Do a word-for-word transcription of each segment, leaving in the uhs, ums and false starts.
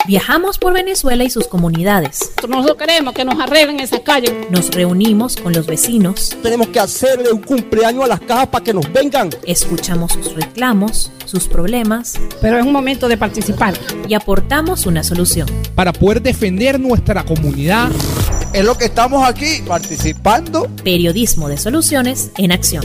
Viajamos por Venezuela y sus comunidades. Nosotros queremos que nos arreglen esa calle. Nos reunimos con los vecinos. Tenemos que hacerle un cumpleaños a las cajas para que nos vengan. Escuchamos sus reclamos, sus problemas. Pero es un momento de participar. Y aportamos una solución. Para poder defender nuestra comunidad. Es lo que estamos aquí, participando. Periodismo de soluciones en acción.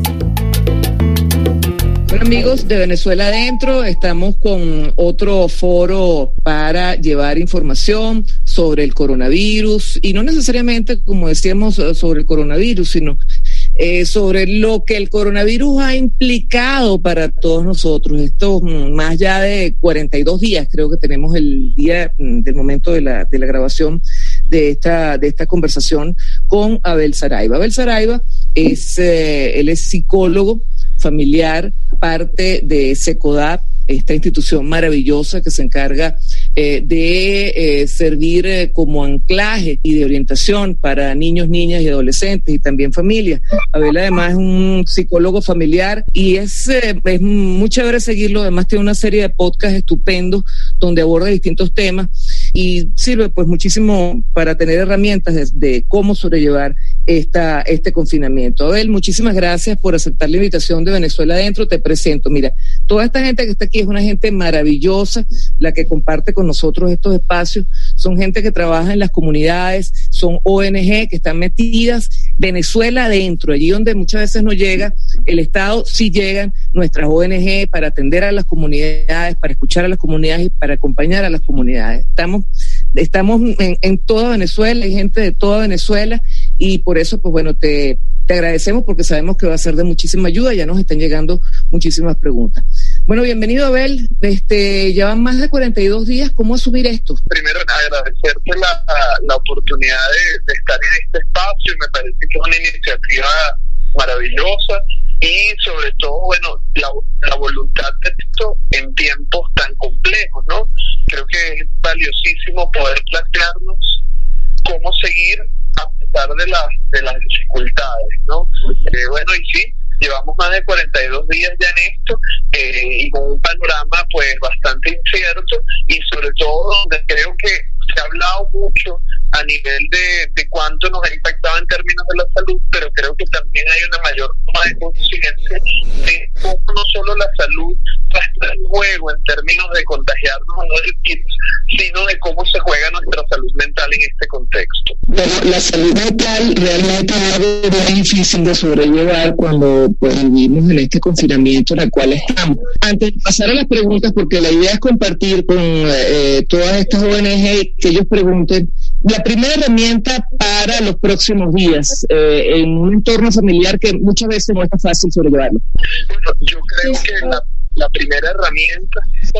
Bueno, amigos de Venezuela Adentro, estamos con otro foro para llevar información sobre el coronavirus, y no necesariamente, como decíamos, sobre el coronavirus, sino eh, sobre lo que el coronavirus ha implicado para todos nosotros. Esto, más allá de cuarenta y dos días, creo que tenemos el día del momento de la, de la grabación de esta, de esta conversación con Abel Saraiva. Abel Saraiva es, eh, él es psicólogo familiar, parte de SECODAP, esta institución maravillosa que se encarga eh, de eh, servir eh, como anclaje y de orientación para niños, niñas y adolescentes y también familias. Abel además es un psicólogo familiar y es, eh, es muy chévere seguirlo. Además tiene una serie de podcasts estupendos donde aborda distintos temas y sirve pues muchísimo para tener herramientas de, de cómo sobrellevar esta, este confinamiento. Abel, muchísimas gracias por aceptar la invitación de Venezuela Adentro. Te presento, mira, toda esta gente que está aquí es una gente maravillosa, la que comparte con nosotros estos espacios. Son gente que trabaja en las comunidades, son O N G que están metidas Venezuela Adentro, allí donde muchas veces no llega el Estado, sí llegan nuestras O N G para atender a las comunidades, para escuchar a las comunidades y para acompañar a las comunidades. Estamos, estamos en, en toda Venezuela, hay gente de toda Venezuela y por eso, pues bueno, te, te agradecemos porque sabemos que va a ser de muchísima ayuda, ya nos están llegando muchísimas preguntas. Bueno, bienvenido Abel, este, ya van más de cuarenta y dos días, ¿cómo asumir esto? Primero agradecerte la, la oportunidad de, de estar en este espacio, me parece que es una iniciativa maravillosa y sobre todo, bueno, la, la voluntad de esto en tiempos tan complejos, ¿no? Creo que es valiosísimo poder plantearnos cómo seguir a pesar de las, de las dificultades, ¿no? Eh, bueno, y sí, llevamos más de cuarenta y dos días ya en esto eh, y con un panorama pues bastante incierto y sobre todo donde creo que se ha hablado mucho a nivel de, de cuánto nos ha impactado en términos de la salud, pero creo que también hay una mayor toma de conciencia de cómo no solo la salud va a estar en juego en términos de contagiarnos o no del virus, sino de cómo se juega nuestra salud mental en este contexto. Bueno, la salud mental realmente es algo muy difícil de sobrellevar cuando pues, vivimos en este confinamiento en el cual estamos. Antes de pasar a las preguntas, porque la idea es compartir con eh, todas estas O N G que ellos pregunten, la primera herramienta para los próximos días eh, en un entorno familiar que muchas veces no es tan fácil sobrellevarlo. Bueno, yo creo que la, la primera herramienta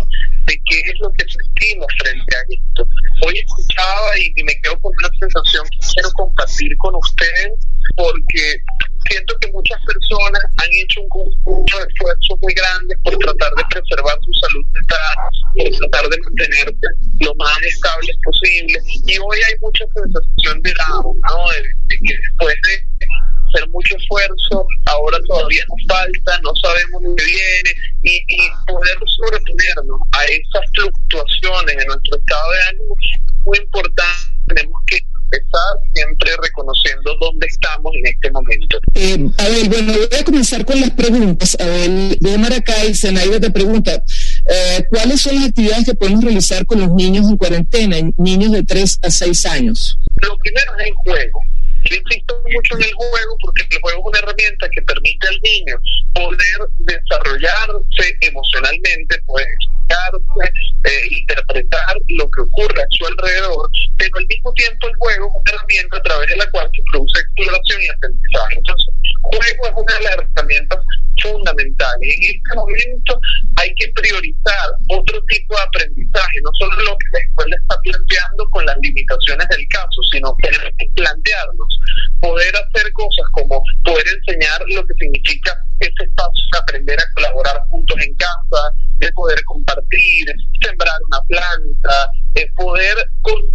de qué es lo que sentimos frente a esto. Hoy escuchaba y, y me quedo con una sensación que quiero compartir con ustedes porque siento que muchas personas han hecho un conjunto de esfuerzos muy grandes por tratar de preservar su salud mental, por tratar de mantenerse lo más estables posible y hoy hay mucha sensación de down, ¿no? De, de que después de hacer mucho esfuerzo, ahora todavía nos falta, no sabemos lo que viene y, y poder sobreponernos a esas fluctuaciones en nuestro estado de ánimo es muy importante. Tenemos que empezar siempre reconociendo dónde estamos en este momento. Eh, Abel, bueno, voy a comenzar con las preguntas. Abel, de Maracay, Zenaida te pregunta, eh, ¿cuáles son las actividades que podemos realizar con los niños en cuarentena, niños de tres a seis años? Lo primero es el juego. Yo insisto mucho en el juego porque el juego es una herramienta que permite al niño poder desarrollarse emocionalmente, poder explicarse, eh, interpretar lo que ocurre a su alrededor, pero al mismo tiempo el juego es una herramienta a través de la cual se produce exploración y aprendizaje. Entonces, juego es una de las herramientas fundamentales. En este momento hay que priorizar otro tipo de aprendizaje, no solo lo que la escuela está planteando con las limitaciones del caso, sino que tenemos que plantearnos poder hacer cosas como poder enseñar lo que significa ese espacio de aprender a colaborar juntos en casa, de poder compartir, sembrar una planta, de poder con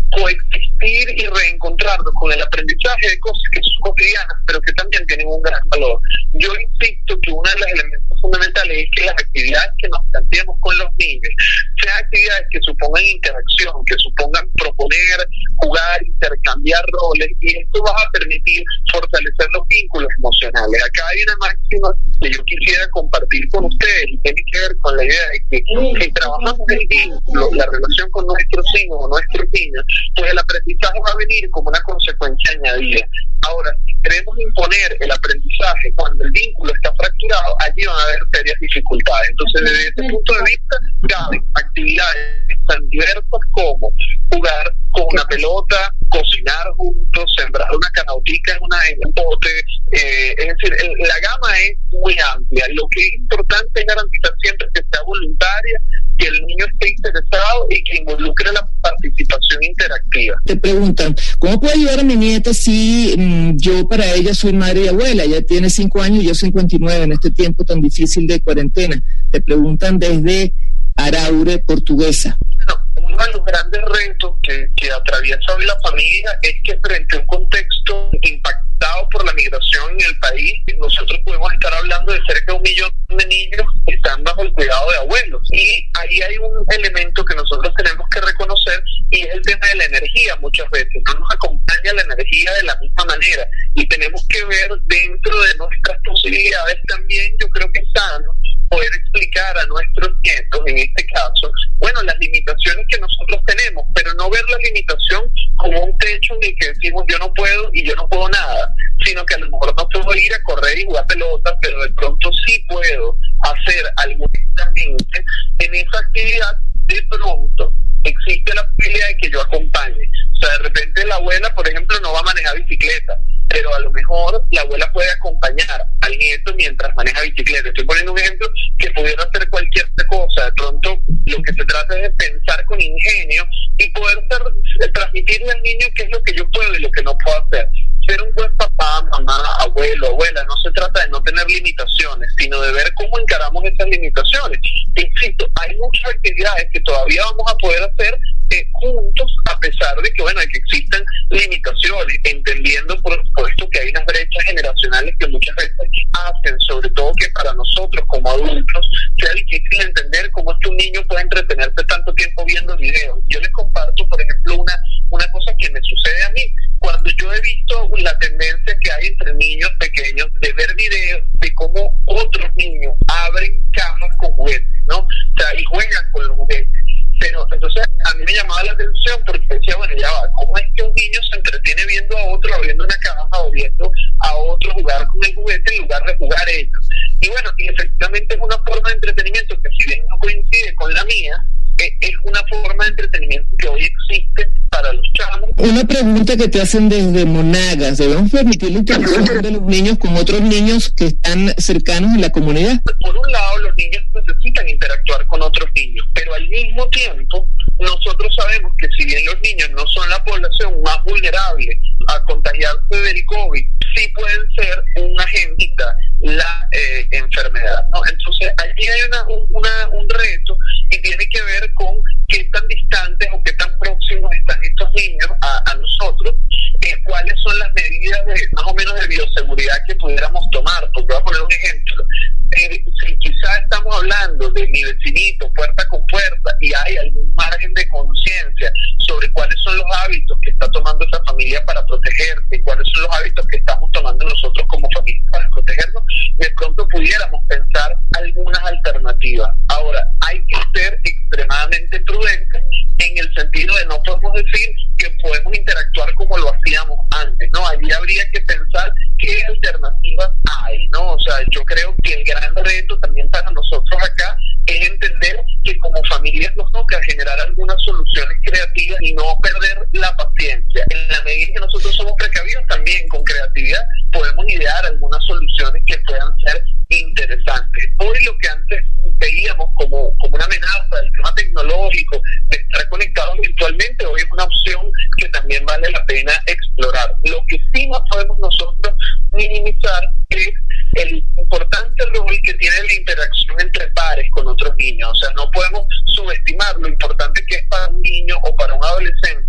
coexistir y reencontrarnos con el aprendizaje de cosas que son cotidianas, pero que también tienen un gran valor. Yo insisto que uno de los elementos fundamentales es que las actividades que nos planteemos con los niños sean actividades que supongan interacción, que supongan proponer, jugar, intercambiar roles, y esto va a permitir fortalecer los vínculos emocionales. Acá hay una máxima que yo quisiera compartir con ustedes y tiene que ver con la idea de que si trabajamos el vínculo, la relación con nuestros hijos o nuestros niños, pues el aprendizaje va a venir como una consecuencia añadida. Ahora, si queremos imponer el aprendizaje cuando el vínculo está fracturado, allí van a haber serias dificultades. Entonces, desde ese punto de vista, caben actividades tan diversas como jugar con una pelota, cocinar juntos, sembrar una canautica en, una, en un bote, eh, es decir, el, la gama es muy amplia. Lo que es importante es garantizar siempre que sea voluntaria, que el niño esté interesado y que involucre la participación interactiva. Te preguntan, ¿cómo puedo ayudar a mi nieta si mmm, yo para ella soy madre y abuela? Ella tiene cinco años y yo cincuenta y nueve en este tiempo tan difícil de cuarentena. Te preguntan desde Araure, Portuguesa. Bueno, uno de los grandes retos que, que atraviesa hoy la familia es que frente a un contexto impactado por la migración en el país, nosotros podemos estar hablando de cerca de un millón de niños que están bajo el cuidado de abuelos. Y ahí hay un elemento que nosotros tenemos que reconocer, y es el tema de la energía. Muchas veces no nos acompaña la energía de la misma manera, y tenemos que ver dentro de nuestras posibilidades también, yo creo que es sano poder explicar a nuestros nietos, en este caso, bueno, las limitaciones que nosotros tenemos, pero no ver la limitación como un techo en el que decimos yo no puedo y yo no puedo nada, sino que a lo mejor no puedo ir a correr y jugar pelota, pero de pronto sí puedo hacer algo directamente en esa actividad. De pronto existe la posibilidad de que yo acompañe. O sea, de repente la abuela, por ejemplo, no va a manejar bicicleta, pero a lo mejor la abuela puede acompañar al nieto mientras maneja bicicleta. Estoy poniendo un ejemplo que pudiera hacer cualquier cosa. De pronto lo que se trata es de pensar con ingenio y poder ser, transmitirle al niño qué es lo que yo puedo y lo que no puedo hacer. Ser un buen papá, mamá, abuelo, abuela, no se trata de no tener limitaciones, sino de ver cómo encaramos esas limitaciones. Insisto, hay muchas actividades que todavía vamos a poder hacer eh, juntos, a pesar de que, bueno, de que existan limitaciones, entendiendo por supuesto que hay unas brechas generacionales que muchas veces hacen, sobre todo que para nosotros como adultos sea difícil entender cómo es que un niño puede entretenerse tanto tiempo viendo videos. Yo les comparto, por ejemplo, una, una cosa que me sucede a mí. Cuando yo he visto la tendencia que hay entre niños pequeños de ver videos de cómo otros niños abren cajas con juguetes, ¿no? O sea, y juegan con los juguetes. Pero entonces a mí me llamaba la atención porque decía, bueno, ya va, ¿cómo es que un niño se entretiene viendo a otro abriendo una caja o viendo a otro jugar con el juguete en lugar de jugar ellos? Y bueno, y efectivamente es una forma de entretenimiento que, si bien no coincide con la mía, es una forma de entretenimiento que hoy existe para los chamos. Una pregunta que te hacen desde Monagas: ¿debemos permitir la interacción de los niños con otros niños que están cercanos en la comunidad? Por un lado, los niños necesitan interactuar con otros niños, pero al mismo tiempo nosotros sabemos que si bien los niños no son la población más vulnerable a contagiarse del COVID, sí pueden ser un agentita la eh, enfermedad, ¿no? Entonces allí hay una, un, una, un reto, y tiene que ver con qué tan distantes o qué tan próximos están estos niños a, a nosotros, eh, cuáles son las medidas de, más o menos de bioseguridad que pudiéramos tomar. Porque voy a poner un ejemplo. Eh, si quizás estamos hablando de mi vecinito puerta con puerta y hay algún margen de conciencia sobre cuáles son los hábitos que está tomando esa familia para protegerse y cuáles son los hábitos que estamos tomando nosotros como familia para protegernos, de pronto pudiéramos pensar algunas alternativas. Ahora, hay que ser extremadamente prudentes en el sentido de no podemos decir que podemos interactuar como lo hacíamos antes, ¿no? Allí habría que pensar qué alternativas hay, ¿no? O sea, yo creo que el gran reto también para nosotros acá es entender que como familias nos toca generar algunas soluciones creativas y no perder la paciencia. En la medida que nosotros somos precavidos, también con creatividad podemos idear algunas soluciones que puedan ser interesantes. Hoy lo que antes veíamos como, como una amenaza del tema tecnológico, de estar conectados virtualmente, hoy es una opción que también vale la pena explorar. Lo que sí no podemos nosotros minimizar es el importante rol que tiene la interacción entre pares con otros niños. O sea, no podemos subestimar lo importante que es para un niño o para un adolescente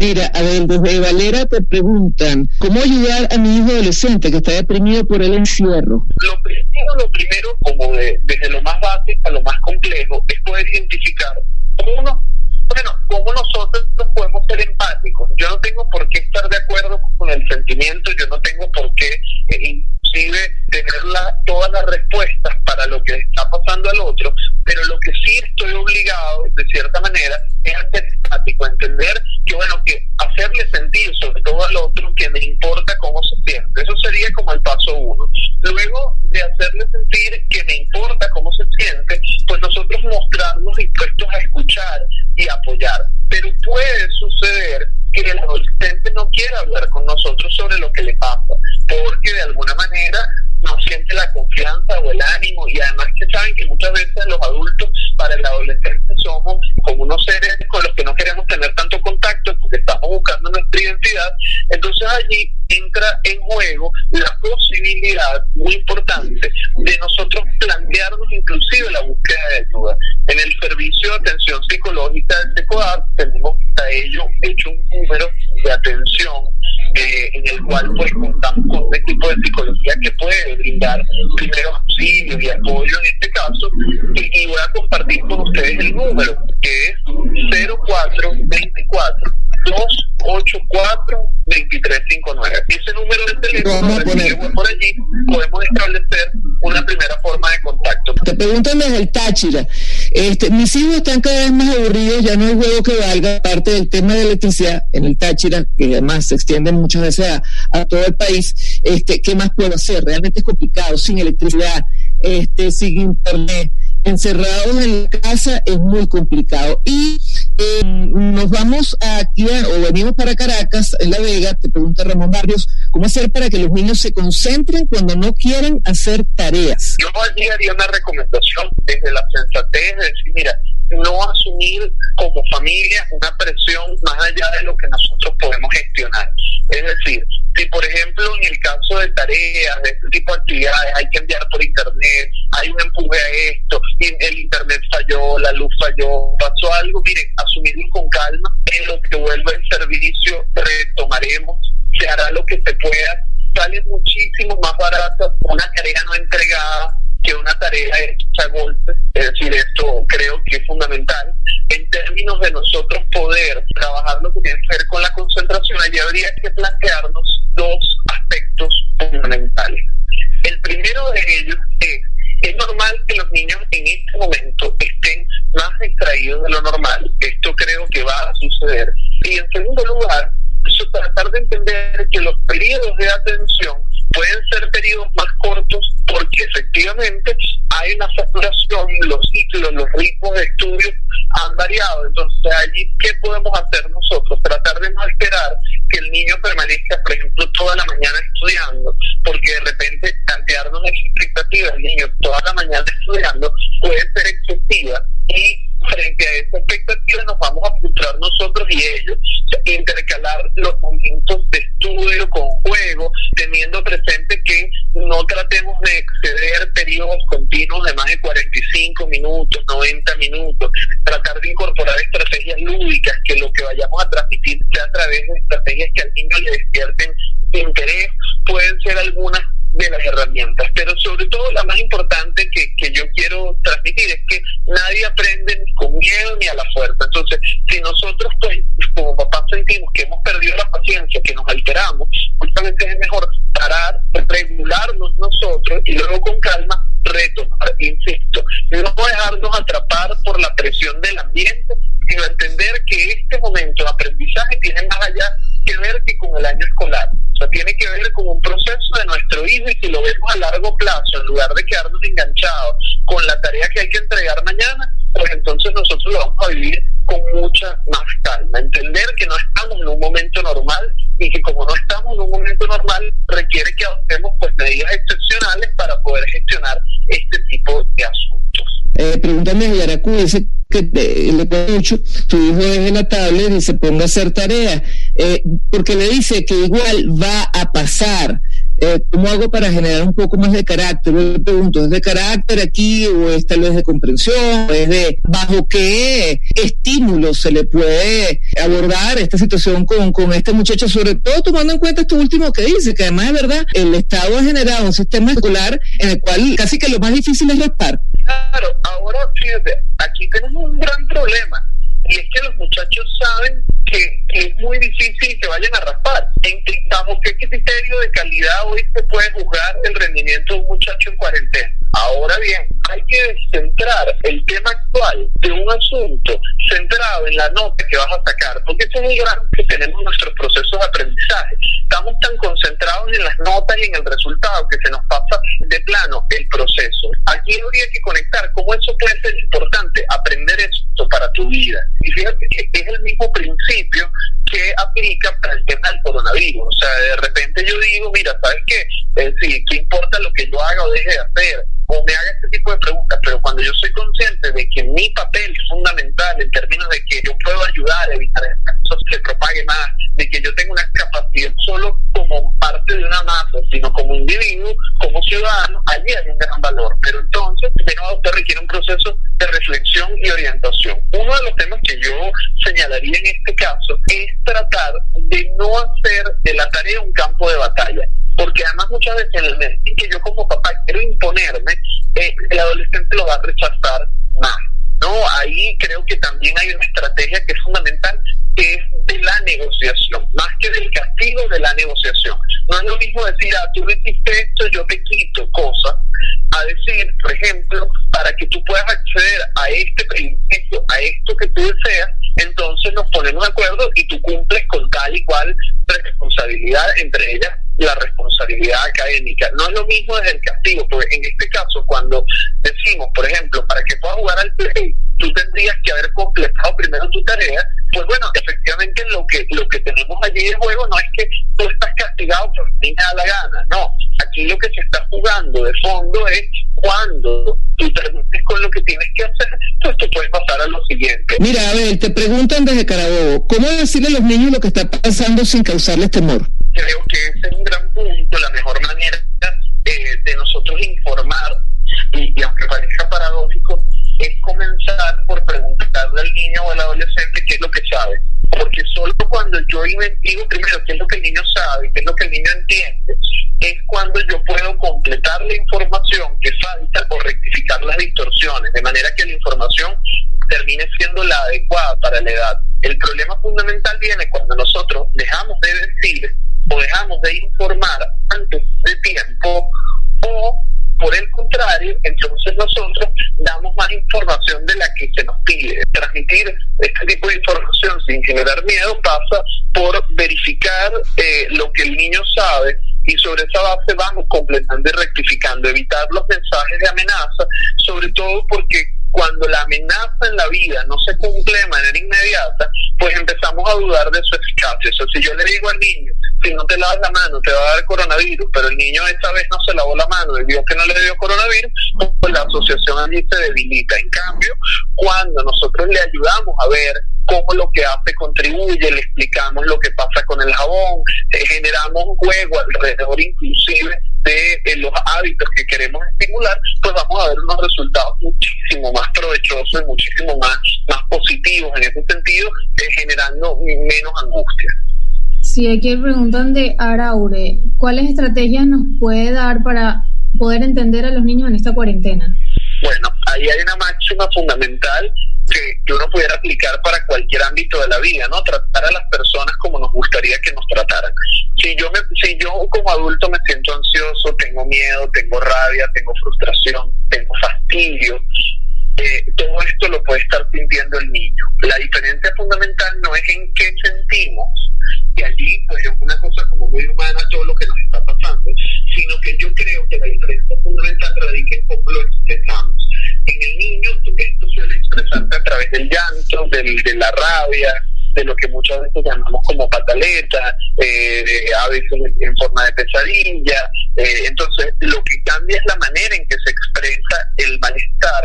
Mira, a ver, desde Valera te preguntan, ¿cómo ayudar a mi hijo adolescente que está deprimido por el encierro? Lo primero, lo primero, como de, desde lo más básico a lo más complejo, es poder identificar uno, bueno, cómo nosotros podemos ser empáticos. Yo no tengo por qué estar de acuerdo con el sentimiento, yo no tengo por qué eh, inclusive tener la, todas las respuestas para lo que está pasando al otro, pero lo que sí estoy obligado, de cierta manera, es a ser empático, a entender que, bueno, que hacerle sentir, sobre todo al otro, que me importa cómo se siente. Eso sería como el paso uno. Luego de hacerle sentir que me importa cómo se siente, pues nosotros mostrarnos dispuestos a escuchar y apoyar. Pero puede suceder que el adolescente no quiera hablar con nosotros sobre lo que le pasa, porque de alguna manera no siente la confianza o el ánimo, y además que saben que muchas veces los adultos para el adolescente somos como unos seres con los que no queremos tener tanto contacto porque estamos buscando nuestra identidad. Entonces allí entra en juego la posibilidad muy importante de nosotros plantearnos inclusive la búsqueda de ayuda. En el servicio de atención psicológica del SECODAP tenemos a ello hecho un número de atención eh, en el cual pues contamos con un equipo de psicología que puede brindar primeros auxilios y apoyo en este caso, y, y voy a compartir con ustedes el número, que es cero cuatro veinticuatro dos ocho cuatro veintitrés cincuenta y nueve. Ese número de teléfono, por allí podemos establecer una primera forma de contacto. Te preguntan desde el Táchira, este, mis hijos están cada vez más aburridos, ya no hay juego que valga, aparte del tema de electricidad en el Táchira, que además se extiende muchas veces a, a todo el país. Este, ¿qué más puedo hacer? Realmente es complicado, sin electricidad, este, sin internet, encerrados en la casa es muy complicado. Y eh, nos vamos aquí a, o venimos para Caracas, en La Vega. Te pregunta Ramón Barrios, ¿cómo hacer para que los niños se concentren cuando no quieren hacer tareas? Yo allí haría una recomendación desde la sensatez, de decir, mira, no asumir como familia una presión más allá de lo que nosotros podemos gestionar. Es decir, si por ejemplo en el caso de tareas, de este tipo de actividades, hay que enviar por internet, hay un empuje a esto, y el internet falló, la luz falló, pasó algo, miren, asumirlo con calma, en lo que vuelva el servicio retomaremos, se hará lo que se pueda, sale muchísimo más barato una tarea no entregada que una tarea hecha a golpes. Es decir, esto creo que es fundamental. En términos de nosotros poder trabajar lo que tiene que ver con la concentración, allí habría que plantearnos dos aspectos fundamentales. El primero de ellos es, es normal que los niños en este momento estén más distraídos de lo normal. Esto creo que va a suceder. Y en segundo lugar, eso, tratar de entender que los periodos de atención pueden ser periodos más cortos porque efectivamente hay una saturación, los ciclos, los ritmos de estudio han variado. Entonces allí, ¿qué podemos hacer nosotros? Tratar de no esperar que el niño permanezca, por ejemplo, toda la mañana estudiando, porque de repente plantearnos la expectativa del niño toda la mañana estudiando puede ser excesiva, y frente a esa expectativa nos vamos a frustrar nosotros y ellos. O sea, intercalar los momentos de estudio con juego, teniendo presente que no tratemos de exceder periodos continuos de más de cuarenta y cinco minutos, noventa minutos, tratar de incorporar estrategias lúdicas, que lo que vayamos a transmitir sea a través de estrategias que al niño le despierten interés, pueden ser algunas de las herramientas, pero sobre todo la más importante que, que yo quiero transmitir es que nadie aprende ni con miedo ni a la fuerza. Entonces, si nosotros pues como papás sentimos que hemos perdido la paciencia, que nos alteramos, justamente es mejor parar, regularnos nosotros y luego con calma retomar. Insisto, no dejarnos atrapar por la presión del ambiente, sino entender que este momento de aprendizaje tiene más allá que ver que con el año escolar. O sea, tiene que ver con un proceso de nuestro hijo, y si lo vemos a largo plazo, en lugar de quedarnos enganchados con la tarea que hay que entregar mañana, pues entonces nosotros lo vamos a vivir con mucha más calma. Entender que no estamos en un momento normal, y que como no estamos en un momento normal, requiere que adoptemos pues medidas excepcionales para poder gestionar este tipo de asuntos. Eh, pregúntame a Yaracu, dice que eh, le puede mucho, tu hijo deje la tablet y se ponga a hacer tarea, eh, porque le dice que igual va a pasar. eh, ¿cómo hago para generar un poco más de carácter? Yo le pregunto, ¿es de carácter aquí o es tal vez de comprensión? ¿O es de bajo qué estímulos se le puede abordar esta situación con, con este muchacho? Sobre todo tomando en cuenta esto último que dice, que además es verdad, el Estado ha generado un sistema escolar en el cual casi que lo más difícil es raspar. Claro, ahora fíjate, aquí tenemos un gran problema, y es que los muchachos saben que, que es muy difícil que vayan a raspar. En, ¿bajo qué criterio de calidad hoy se puede juzgar el rendimiento de un muchacho en cuarentena? Ahora bien, hay que centrar el tema actual de un asunto centrado en la nota que vas a sacar, porque ese es el gran que tenemos en nuestros procesos de aprendizaje. Estamos tan concentrados en las notas y en el resultado que se nos pasa de plano el proceso. Aquí habría que conectar cómo eso puede ser importante, aprender esto para tu vida. Y fíjate que es el mismo principio que aplica para el tema del coronavirus. O sea, de repente yo digo, mira, ¿sabes qué? Es decir, ¿qué importa lo que yo haga o deje de hacer? O me haga este tipo de preguntas, pero cuando yo soy consciente de que mi papel es fundamental en términos de que yo puedo ayudar a evitar que eso se propague más, de que yo tengo una capacidad solo como parte de una masa, sino como individuo, como ciudadano, allí hay un gran valor. Pero entonces, de nuevo, usted requiere un proceso de reflexión y orientación. Uno de los temas que yo señalaría en este caso es tratar de no hacer de la tarea un campo de batalla. Porque además muchas veces en el momento en que yo como papá quiero imponerme, eh, el adolescente lo va a rechazar más, ¿no? Ahí creo que también hay una estrategia que es fundamental, que es de la negociación, más que del castigo, de la negociación. No es lo mismo decir, ah, tú no hiciste esto, yo te quito cosas, a decir, por ejemplo, para que tú puedas acceder a este principio, a esto que tú deseas, entonces nos ponemos de acuerdo y tú cumples con tal y cual responsabilidad, entre ellas la responsabilidad académica. No es lo mismo desde el castigo, porque en este caso, cuando decimos, por ejemplo, para que puedas jugar al play, tú tendrías que haber completado primero tu tarea, pues bueno, efectivamente lo que lo que tenemos allí de juego no es que tú estás castigado por ni te da la gana, no. Aquí lo que se está jugando de fondo es cuando tú termines con lo que tienes que hacer, pues tú puedes pasar a lo siguiente. Mira, a ver, te preguntan desde Carabobo, ¿cómo decirle a los niños lo que está pasando sin causarles temor? Creo que ese es un gran punto, la mejor manera eh, de nosotros informar, y, y aunque parezca paradójico, es comenzar por preguntarle al niño o al adolescente qué es lo que sabe. Porque solo cuando yo investigo primero qué es lo que el niño sabe, qué es lo que el niño entiende, es cuando yo puedo completar la información que falta o rectificar las distorsiones, de manera que la información termine siendo la adecuada para la edad. El problema fundamental viene cuando nosotros dejamos de decir o dejamos de informar antes de tiempo, o por el contrario, entonces nosotros damos más información de la que se nos pide. Transmitir este tipo de información sin generar miedo pasa por verificar eh, lo que el niño sabe, y sobre esa base vamos completando y rectificando, evitar los mensajes de amenaza, sobre todo porque cuando la amenaza en la vida no se cumple de manera inmediata, pues empezamos a dudar de su eficacia. O sea, si yo le digo al niño, si no te lavas la mano te va a dar coronavirus, pero el niño esta vez no se lavó la mano y vio que no le dio coronavirus, pues la asociación allí se debilita. En cambio, cuando nosotros le ayudamos a ver cómo lo que hace contribuye, le explicamos lo que pasa con el jabón, eh, generamos un juego alrededor inclusive de eh, los hábitos que queremos estimular, pues vamos a ver unos resultados muchísimo más provechosos y muchísimo más, más positivos en ese sentido, eh, generando menos angustia. Sí, aquí preguntan de Araure, ¿cuáles estrategias nos puede dar para poder entender a los niños en esta cuarentena? Bueno, ahí hay una máxima fundamental que, que uno pudiera aplicar para cualquier ámbito de la vida, ¿no? Tratar a las personas como nos gustaría que nos trataran. Si yo, me, si yo como adulto me siento ansioso, tengo miedo, tengo rabia, tengo frustración, tengo fastidio, eh, todo esto lo puede estar sintiendo el niño. La diferencia fundamental no es en qué sentimos, y allí pues es una cosa como muy humana todo lo que nos está pasando, sino que yo creo que la diferencia fundamental radica en cómo lo expresamos. En el niño esto suele expresarse a través del llanto, del, de la rabia, de lo que muchas veces llamamos como pataleta, eh, a veces en forma de pesadilla. Eh, entonces lo que cambia es la manera en que se expresa el malestar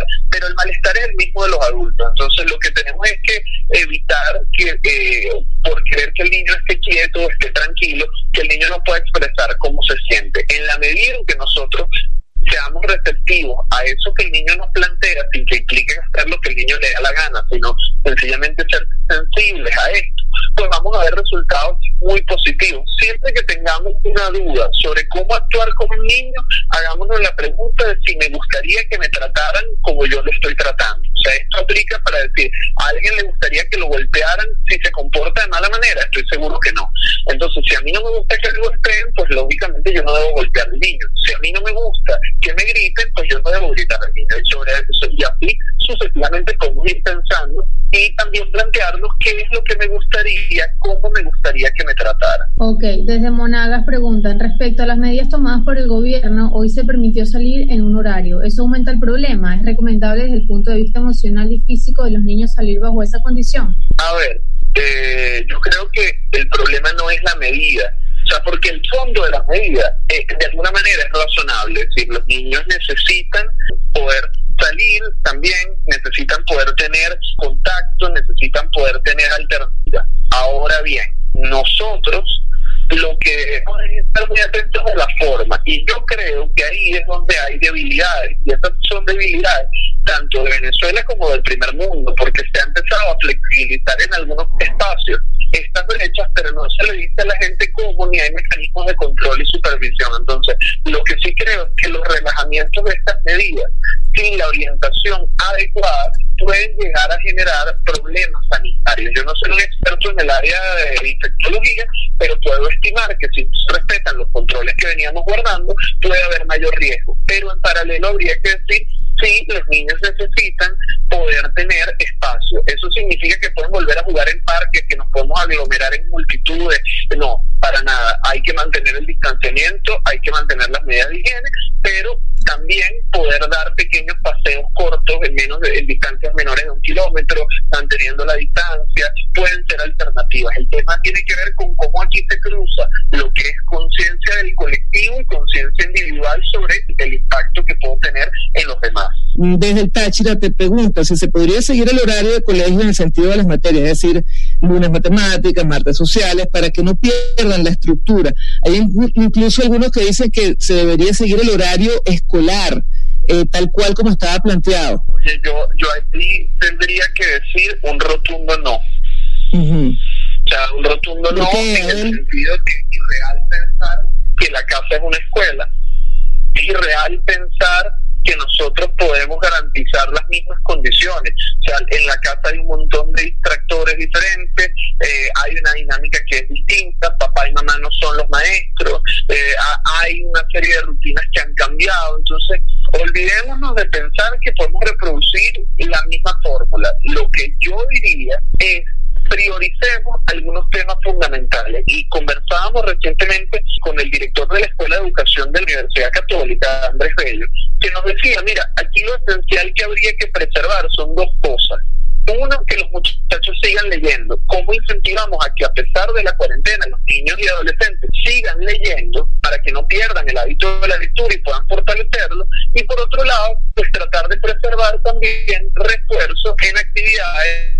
pero el malestar es el mismo de los adultos. Entonces lo que tenemos es que evitar que eh, por querer que el niño esté quieto, esté tranquilo, que el niño no pueda expresar cómo se siente. En la medida en que nosotros seamos receptivos a eso que el niño nos plantea, sin que implique hacer lo que el niño le da la gana, sino sencillamente ser sensibles a esto, pues vamos a ver resultados muy positivos. Siempre que tengamos una duda sobre cómo actuar como un niño, hagámonos la pregunta de si me gustaría que me trataran como yo lo estoy tratando. O sea, esto aplica para decir, ¿a alguien le gustaría que lo golpearan si se comporta de mala manera? Estoy seguro que no. Entonces, si a mí no me gusta que me golpeen, pues lógicamente yo no debo golpear al niño. Si a mí no me gusta que me griten, pues yo no debo gritar al niño. Y sobre eso, y así sucesivamente podemos ir pensando y también plantearnos qué es lo que me gustaría, cómo me gustaría que me trataran. Ok, desde Monagas preguntan, respecto a las medidas tomadas por el gobierno, hoy se permitió salir en un horario. ¿Eso aumenta el problema? ¿Es recomendable desde el punto de vista emocional y físico de los niños salir bajo esa condición? A ver, eh, yo creo que el problema no es la medida. O sea, porque el fondo de las medidas, eh, de alguna manera es razonable. Es decir, los niños necesitan poder salir también, necesitan poder tener contacto, necesitan poder tener alternativas. Ahora bien, nosotros lo que debemos es estar muy atentos a la forma, y yo creo que ahí es donde hay debilidades, y esas son debilidades tanto de Venezuela como del primer mundo, porque se ha empezado a flexibilizar en algunos espacios estas brechas, pero no se le dice a la gente cómo, ni hay mecanismos de control y supervisión. Entonces, lo que sí creo es que los relajamientos de estas medidas, sin la orientación adecuada, pueden llegar a generar problemas sanitarios. Yo no soy un experto en el área de infectología, pero puedo estimar que si se respetan los controles que veníamos guardando, puede haber mayor riesgo. Pero en paralelo habría que decir, sí, los niños necesitan poder tener espacio. Eso significa que pueden volver a jugar en parques, que nos podemos aglomerar en multitudes. No, para nada. Hay que mantener el distanciamiento, hay que mantener las medidas de higiene, pero también poder dar pequeños paseos cortos en menos de, en distancias menores de un kilómetro, manteniendo la distancia, pueden ser alternativas. El tema tiene que ver con cómo aquí se cruza lo que es conciencia del colectivo y conciencia individual sobre el impacto que puedo tener en los demás. Desde el Táchira te pregunto si se podría seguir el horario de colegio en el sentido de las materias, es decir, lunes matemáticas, martes sociales, para que no pierdan la estructura. Hay incluso algunos que dicen que se debería seguir el horario escolar, eh, tal cual como estaba planteado. Oye, yo, yo aquí tendría que decir un rotundo no. Uh-huh. O sea, un rotundo no en el sentido que es irreal pensar que la casa es una escuela. Es irreal pensar que nosotros podemos garantizar las mismas condiciones. O sea, en la casa hay un montón de distractores diferentes, eh, hay una dinámica que es distinta, papá y mamá no son los maestros, eh, hay una serie de rutinas que han cambiado. Entonces, olvidémonos de pensar que podemos reproducir la misma fórmula. Lo que yo diría es prioricemos algunos temas fundamentales, y conversábamos recientemente con el director de la Escuela de Educación de la Universidad Católica, Andrés Bello, que nos decía, mira, aquí lo esencial que habría que preservar son dos cosas. Uno, que los muchachos sigan leyendo. ¿Cómo incentivamos a que, a pesar de la cuarentena, los niños y adolescentes sigan leyendo para que no pierdan el hábito de la lectura y puedan fortalecerlo? Y por otro lado, pues tratar de preservar también refuerzo en actividades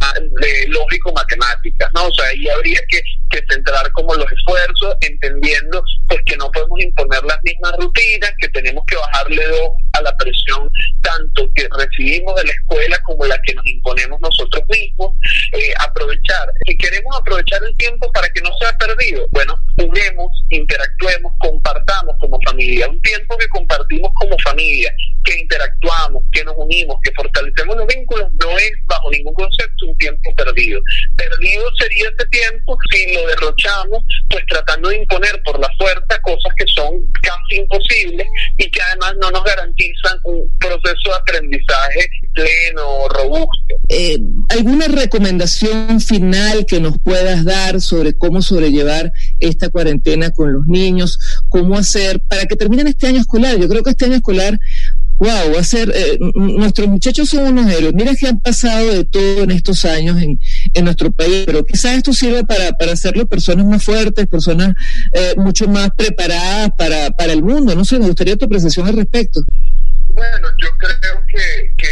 de lógico-matemáticas, ¿no? O sea, ahí habría que, que centrar como los esfuerzos, entendiendo pues que no podemos imponer las mismas rutinas, que tenemos que bajarle dos a la presión tanto que recibimos de la escuela como la que nos imponemos nosotros mismos. Eh, aprovechar, si queremos aprovechar el tiempo para que no sea perdido, bueno, juguemos, interactuemos, compartamos como familia, un tiempo que compartimos como familia, que interactuamos, que nos unimos, que fortalecemos los vínculos, no es bajo ningún concepto un tiempo perdido. Perdido sería ese tiempo si lo derrochamos pues tratando de imponer por la fuerza cosas que son casi imposibles y que además no nos garantizan un proceso de aprendizaje pleno, robusto. Eh, ¿Alguna recomendación final que nos puedas dar sobre cómo sobrellevar esta cuarentena con los niños? ¿Cómo hacer para que terminen este año escolar? Yo creo que este año escolar, wow, va a ser, eh, nuestros muchachos son unos héroes. Mira que han pasado de todo en estos años en, en nuestro país, pero quizás esto sirva para, para hacerlo personas más fuertes, personas eh, mucho más preparadas para, para el mundo. No sé, me gustaría tu apreciación al respecto. Bueno, yo creo que, que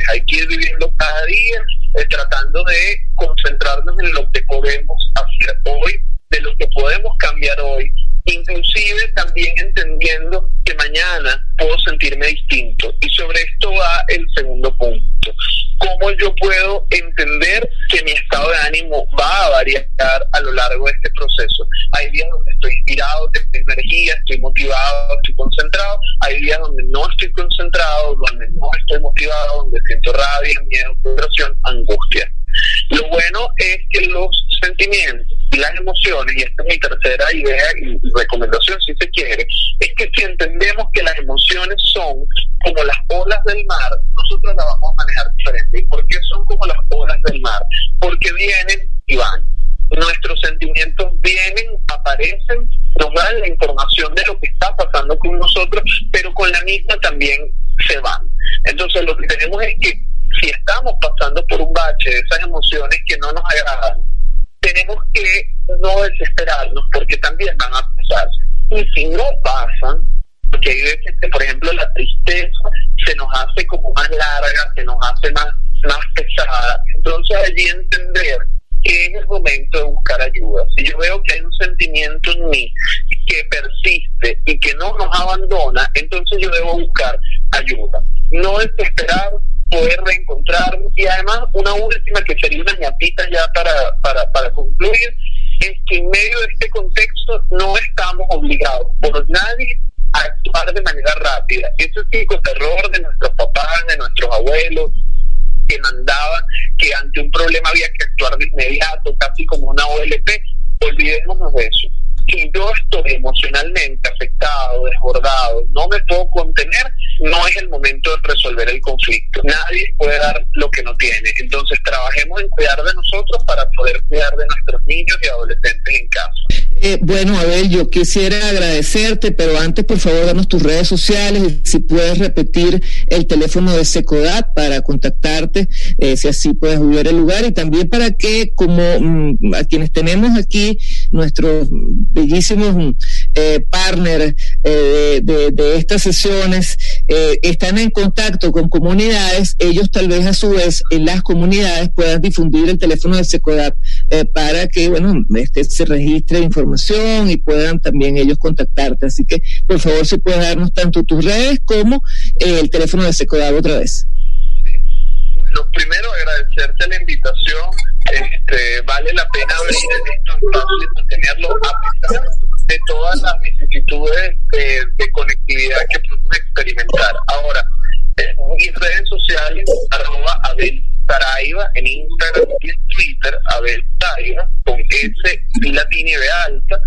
Hay que ir viviendo cada día, eh, tratando de concentrarnos en lo que podemos hacer hoy, de lo que podemos cambiar hoy, inclusive también entendiendo que mañana puedo sentirme distinto. Y sobre esto va el segundo punto. ¿Cómo yo puedo entender que mi estado de ánimo va a variar a lo largo de este proceso? Hay días donde estoy inspirado, tengo energía, estoy motivado, estoy concentrado. Hay días donde no estoy concentrado, donde no estoy motivado, donde siento rabia, miedo, frustración, angustia. Lo bueno es que los sentimientos y las emociones, y esta es mi tercera idea y recomendación si se quiere, es que si entendemos que las emociones son como las olas del mar, nosotros las vamos a manejar diferente. ¿Y por qué son como las olas del mar? Porque vienen y van. Nuestros sentimientos vienen, aparecen, nos dan la información de lo que está pasando con nosotros, pero con la misma también se van. Entonces lo que tenemos es que si estamos pasando por un bache de esas emociones que no nos agradan, tenemos que no desesperarnos porque también van a pasar. Y si no pasan, porque hay veces que, por ejemplo, la tristeza se nos hace como más larga, se nos hace más, más pesada. Entonces allí entender que es el momento de buscar ayuda. Si yo veo que hay un sentimiento en mí que persiste y que no nos abandona, entonces yo debo buscar ayuda. No desesperar, poder reencontrarnos. Y además una última que sería una ñapita ya para, para, para concluir, es que en medio de este contexto no estamos obligados por nadie a actuar de manera rápida. Ese psicoterror de nuestros papás, de nuestros abuelos, que mandaban que ante un problema había que actuar de inmediato, casi como una O L P, olvidémonos de eso. Si yo estoy emocionalmente afectado, desbordado, no me puedo contener, no es el momento de resolver el conflicto. Nadie puede dar lo que no tiene. Entonces trabajemos en cuidar de nosotros para poder cuidar de nuestros niños y adolescentes en casa. Eh, bueno, Abel, yo quisiera agradecerte, pero antes, por favor, danos tus redes sociales y si puedes repetir el teléfono de Secodat para contactarte, eh, si así puedes volver el lugar, y también para que, como mm, a quienes tenemos aquí, nuestros bellísimos eh, partners eh, de, de estas sesiones eh, están en contacto con comunidades, ellos tal vez a su vez en las comunidades puedan difundir el teléfono de Secodat eh, para que, bueno, este se registre información y puedan también ellos contactarte. Así que, por favor, si puedes darnos tanto tus redes como eh, el teléfono de Secodat otra vez. Sí. Bueno, primero agradecerte la invitación. Este, vale la pena abrir estos espacios y mantenerlo a pesar de todas las vicisitudes de, de conectividad que podemos experimentar. Ahora, en mis redes sociales, arroba Abel Saraiva en Instagram y en Twitter, Abel Saraiva, con S latina y B alta,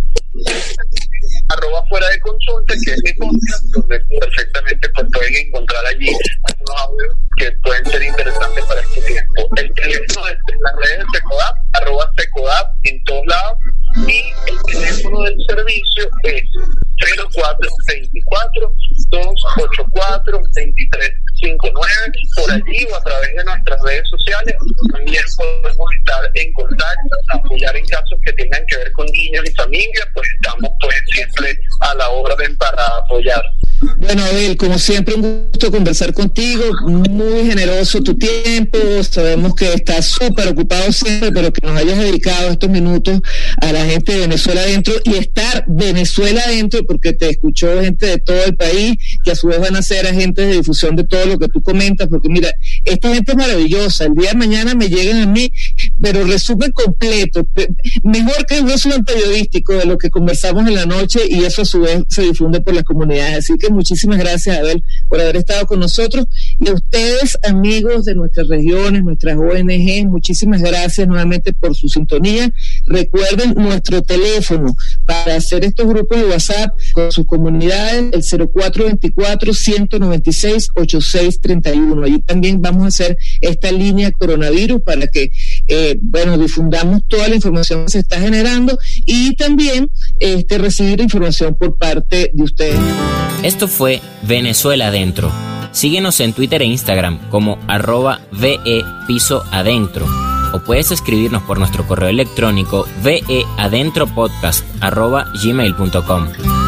arroba Fuera de Consulta, que es mi podcast, donde perfectamente pues, pueden encontrar allí unos audios que pueden ser interesantes para este tiempo. El teléfono de las redes de Secodat, arroba Secodat en todos lados, y el teléfono del servicio es cero cuatro veinticuatro, dos ochenta y cuatro, veintitrés cincuenta y nueve. Por allí o a través de nuestras redes sociales también podemos estar en contacto, apoyar en casos que tengan que ver con niños y familias, pues estamos pues siempre a la orden para apoyar. Bueno, Abel, como siempre, un gusto conversar contigo, muy generoso tu tiempo, sabemos que estás súper ocupado siempre, pero que nos hayas dedicado estos minutos a la gente de Venezuela Adentro y estar Venezuela Adentro, porque te escuchó gente de todo el país, que a su vez van a ser agentes de difusión de todo lo que tú comentas, porque mira, esta gente es maravillosa, el día de mañana me llegan a mí, pero resumen completo, mejor que un resumen periodístico de lo que conversamos en la noche, y eso a su vez se difunde por las comunidades, así que muchísimas gracias, Abel, por haber estado con nosotros, y a ustedes, amigos de nuestras regiones, nuestras O N G, muchísimas gracias nuevamente por su sintonía. Recuerden nuestro teléfono para hacer estos grupos de WhatsApp con sus comunidades, el cero cuatro veinticuatro, ciento noventa y seis, ochenta y seis treinta y uno. Allí también vamos a hacer esta línea coronavirus para que, eh, bueno, difundamos toda la información que se está generando y también este, recibir información por parte de ustedes. Esto fue Venezuela Adentro. Síguenos en Twitter e Instagram como arroba ve piso adentro o puedes escribirnos por nuestro correo electrónico veadentropodcast arroba gmail punto com.